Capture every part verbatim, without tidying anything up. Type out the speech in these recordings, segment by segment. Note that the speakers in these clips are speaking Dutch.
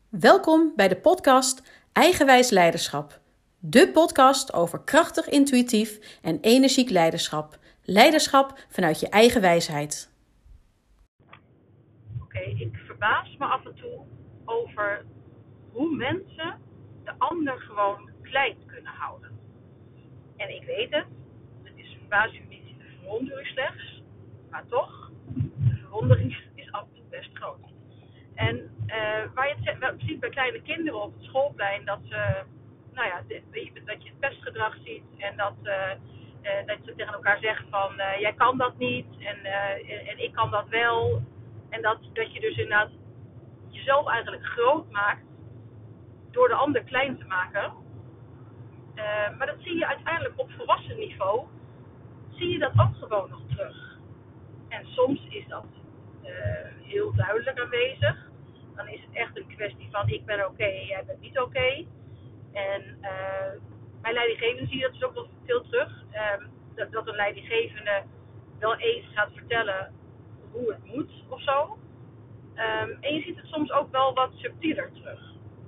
Welkom bij de podcast Eigenwijs Leiderschap. De podcast over krachtig, intuïtief en energiek leiderschap. Leiderschap vanuit je eigen wijsheid. Oké, okay, ik verbaas me af en toe over hoe mensen de ander gewoon klein kunnen houden. En ik weet het, het is verbaas u niet, verwonder u slechts, maar toch, de verwondering is af en toe best groot. En uh, waar je het wel ziet bij kleine kinderen op het schoolplein, dat ze, nou ja, dat je het pestgedrag ziet en dat, uh, uh, dat ze tegen elkaar zeggen van, uh, jij kan dat niet en, uh, en ik kan dat wel. En dat, dat je dus inderdaad jezelf eigenlijk groot maakt door de ander klein te maken. Uh, maar dat zie je uiteindelijk op volwassen niveau, zie je dat ook gewoon nog terug. En soms is dat uh, heel duidelijk aanwezig. Dan is het echt een kwestie van ik ben oké okay en jij bent niet oké. Okay. En uh, bij leidinggevenden zie je dat dus ook wel veel terug. Uh, dat, dat een leidinggevende wel even gaat vertellen hoe het moet of zo. Um, en je ziet het soms ook wel wat subtieler terug.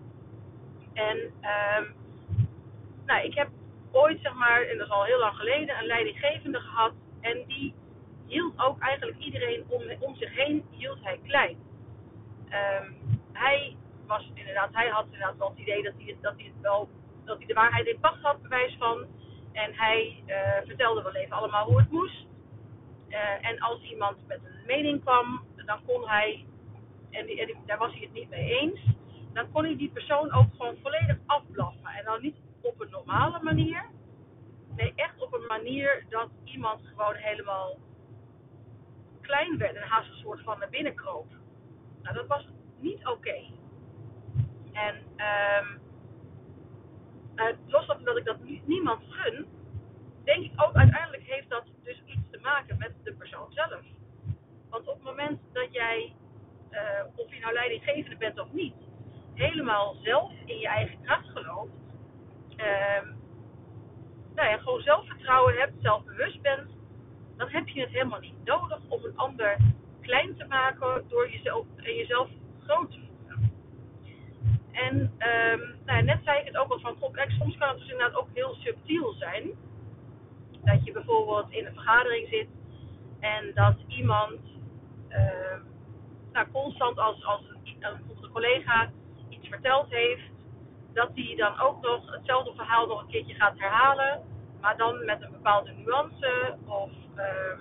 En um, nou, ik heb ooit, zeg maar, en dat is al heel lang geleden, een leidinggevende gehad. En die hield ook eigenlijk iedereen om, om zich heen, hield hij klein. Um, hij was inderdaad, hij had inderdaad wel het idee dat hij, dat hij, het wel, dat hij de waarheid in pacht had, bewijs van. En hij uh, vertelde wel even allemaal hoe het moest. Uh, en als iemand met een mening kwam, dan kon hij, en, die, en die, daar was hij het niet mee eens, dan kon hij die persoon ook gewoon volledig afblaffen. En dan niet op een normale manier, nee, echt op een manier dat iemand gewoon helemaal klein werd en haast een soort van naar binnen kroop. Nou, dat was niet oké. Okay. En um, uh, los van dat ik dat niemand gun, denk ik ook uiteindelijk heeft dat dus iets te maken met de persoon zelf. Want op het moment dat jij, uh, of je nou leidinggevende bent of niet, helemaal zelf in je eigen kracht gelooft, uh, nou ja, gewoon zelfvertrouwen hebt, zelfbewust bent, dan heb je het helemaal niet nodig om een ander klein te maken door jezelf en jezelf groot te voelen. En um, nou ja, net zei ik het ook al van, God, kijk, soms kan het dus inderdaad ook heel subtiel zijn. Dat je bijvoorbeeld in een vergadering zit en dat iemand uh, nou, constant als, als een, een, een collega iets verteld heeft, dat die dan ook nog hetzelfde verhaal nog een keertje gaat herhalen, maar dan met een bepaalde nuance of uh,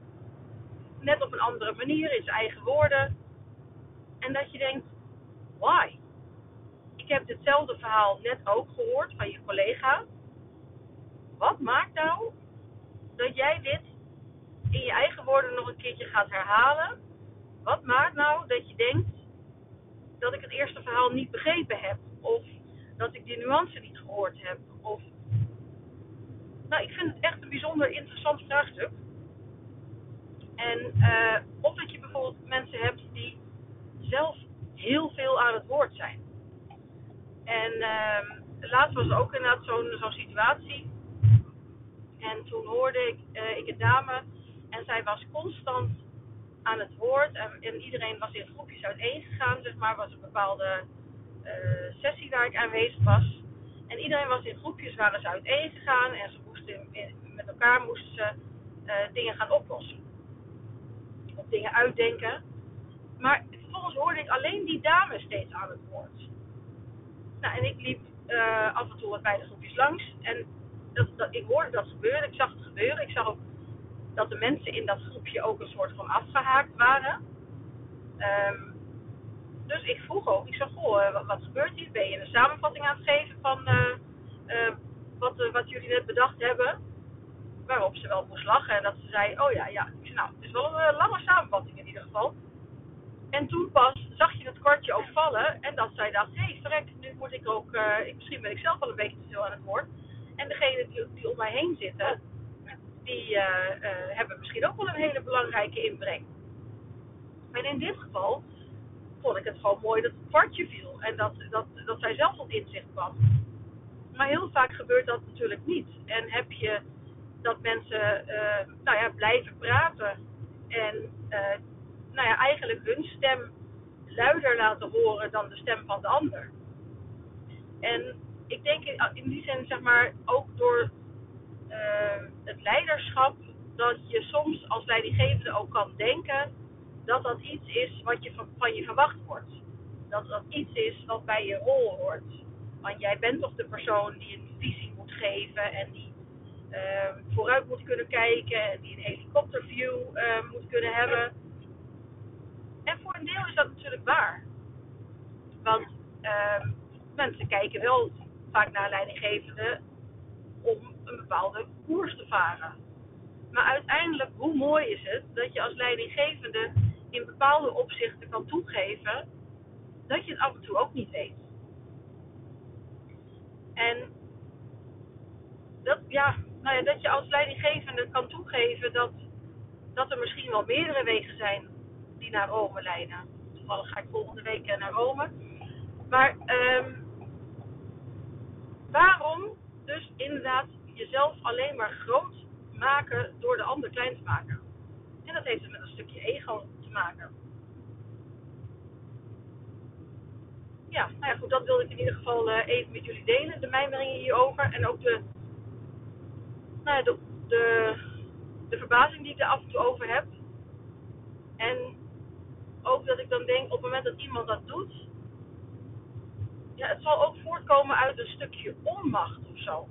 net op een andere manier in zijn eigen woorden. En dat je denkt, why? Ik heb ditzelfde verhaal net ook gehoord van je collega. Wat maakt nou dat jij dit in je eigen woorden nog een keertje gaat herhalen? Wat maakt nou dat je denkt dat ik het eerste verhaal niet begrepen heb? Of dat ik die nuance niet gehoord heb? Of... Nou, ik vind het echt een bijzonder interessant vraagstuk. En uh, of dat je bijvoorbeeld mensen hebt die zelf heel veel aan het woord zijn. En uh, laatst was er ook inderdaad zo'n, zo'n situatie. En toen hoorde ik, uh, ik een dame en zij was constant aan het woord. En, en iedereen was in groepjes uiteengegaan, zeg maar. Was een bepaalde uh, sessie waar ik aanwezig was. En iedereen was in groepjes, waren ze uiteengegaan. En ze moesten in, met elkaar moesten ze uh, dingen gaan oplossen. Of dingen uitdenken. Maar vervolgens hoorde ik alleen die dame steeds aan het woord. Nou, en ik liep uh, af en toe wat bij de groepjes langs. En dat, dat, ik hoorde dat gebeuren. Ik zag het gebeuren. Ik zag ook dat de mensen in dat groepje ook een soort van afgehaakt waren. Um, dus ik vroeg ook. Ik zei, goh, wat, wat gebeurt hier? Ben je een samenvatting aan het geven van uh, uh, wat, uh, wat jullie net bedacht hebben? Waarop ze wel moest lachen. En dat ze zei, oh ja, ja. Ik zei, nou, het is wel een uh, lange samenvatting in ieder geval. En toen pas zag je het kwartje ook vallen. En dat zij dacht, hé, hey, verrek, nu moet ik ook, uh, misschien ben ik zelf wel een beetje te veel aan het woord. En degenen die, die om mij heen zitten, die uh, uh, hebben misschien ook wel een hele belangrijke inbreng. En in dit geval vond ik het gewoon mooi dat het kwartje viel. En dat, dat, dat zij zelf tot inzicht kwam. Maar heel vaak gebeurt dat natuurlijk niet. En heb je dat mensen uh, nou ja, blijven praten. En uh, nou ja, eigenlijk hun stem luider laten horen dan de stem van de ander. En ik denk in, in die zin, zeg maar, ook door uh, het leiderschap, dat je soms als leidinggevende ook kan denken dat dat iets is wat je van, van je verwacht wordt. Dat dat iets is wat bij je rol hoort. Want jij bent toch de persoon die een visie moet geven en die uh, vooruit moet kunnen kijken en die een helikopterview uh, moet kunnen hebben. En voor een deel is dat natuurlijk waar. Want uh, mensen kijken wel vaak naar leidinggevenden om een bepaalde koers te varen. Maar uiteindelijk, hoe mooi is het dat je als leidinggevende in bepaalde opzichten kan toegeven dat je het af en toe ook niet weet. En dat, ja, nou ja, dat je als leidinggevende kan toegeven dat, dat er misschien wel meerdere wegen zijn die naar Rome leiden. Toevallig ga ik volgende week naar Rome. Maar um, waarom dus inderdaad jezelf alleen maar groot maken door de ander klein te maken? En dat heeft dus met een stukje ego te maken. Ja, nou ja, goed, dat wilde ik in ieder geval uh, even met jullie delen. De mijmeringen hierover en ook de, nou ja, de, de, de verbazing die ik er af en toe over heb. En ook dat ik dan denk, op het moment dat iemand dat doet, ja, het zal ook voortkomen uit een stukje onmacht of zo.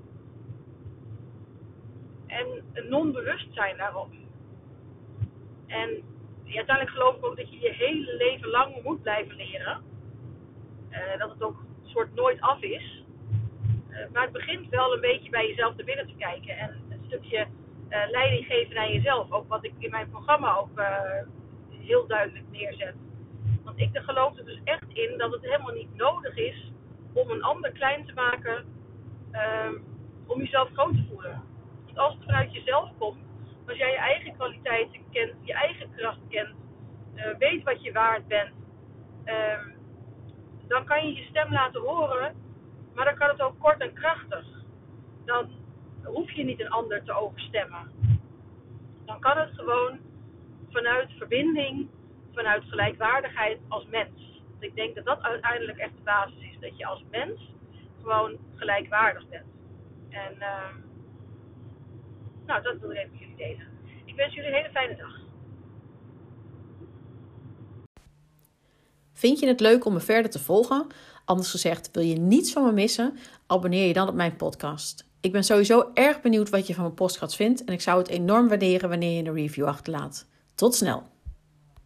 En een non-bewustzijn daarop. En ja, uiteindelijk geloof ik ook dat je je hele leven lang moet blijven leren. Uh, dat het ook een soort nooit af is. Uh, maar het begint wel een beetje bij jezelf naar binnen te kijken. En een stukje uh, leiding geven naar jezelf. Ook wat ik in mijn programma ook uh, heel duidelijk neerzet. Want ik geloof er dus echt in dat het helemaal niet nodig is om een ander klein te maken. Uh, om jezelf groot te voelen. Want als het vanuit jezelf komt. Als jij je eigen kwaliteiten kent. Je eigen kracht kent. Uh, weet wat je waard bent. Uh, Dan kan je je stem laten horen, maar dan kan het ook kort en krachtig. Dan hoef je niet een ander te overstemmen. Dan kan het gewoon vanuit verbinding, vanuit gelijkwaardigheid als mens. Want ik denk dat dat uiteindelijk echt de basis is. Dat je als mens gewoon gelijkwaardig bent. En uh, nou, dat wil ik even met jullie delen. Ik wens jullie een hele fijne dag. Vind je het leuk om me verder te volgen? Anders gezegd, wil je niets van me missen? Abonneer je dan op mijn podcast. Ik ben sowieso erg benieuwd wat je van mijn podcast vindt en ik zou het enorm waarderen wanneer je een review achterlaat. Tot snel!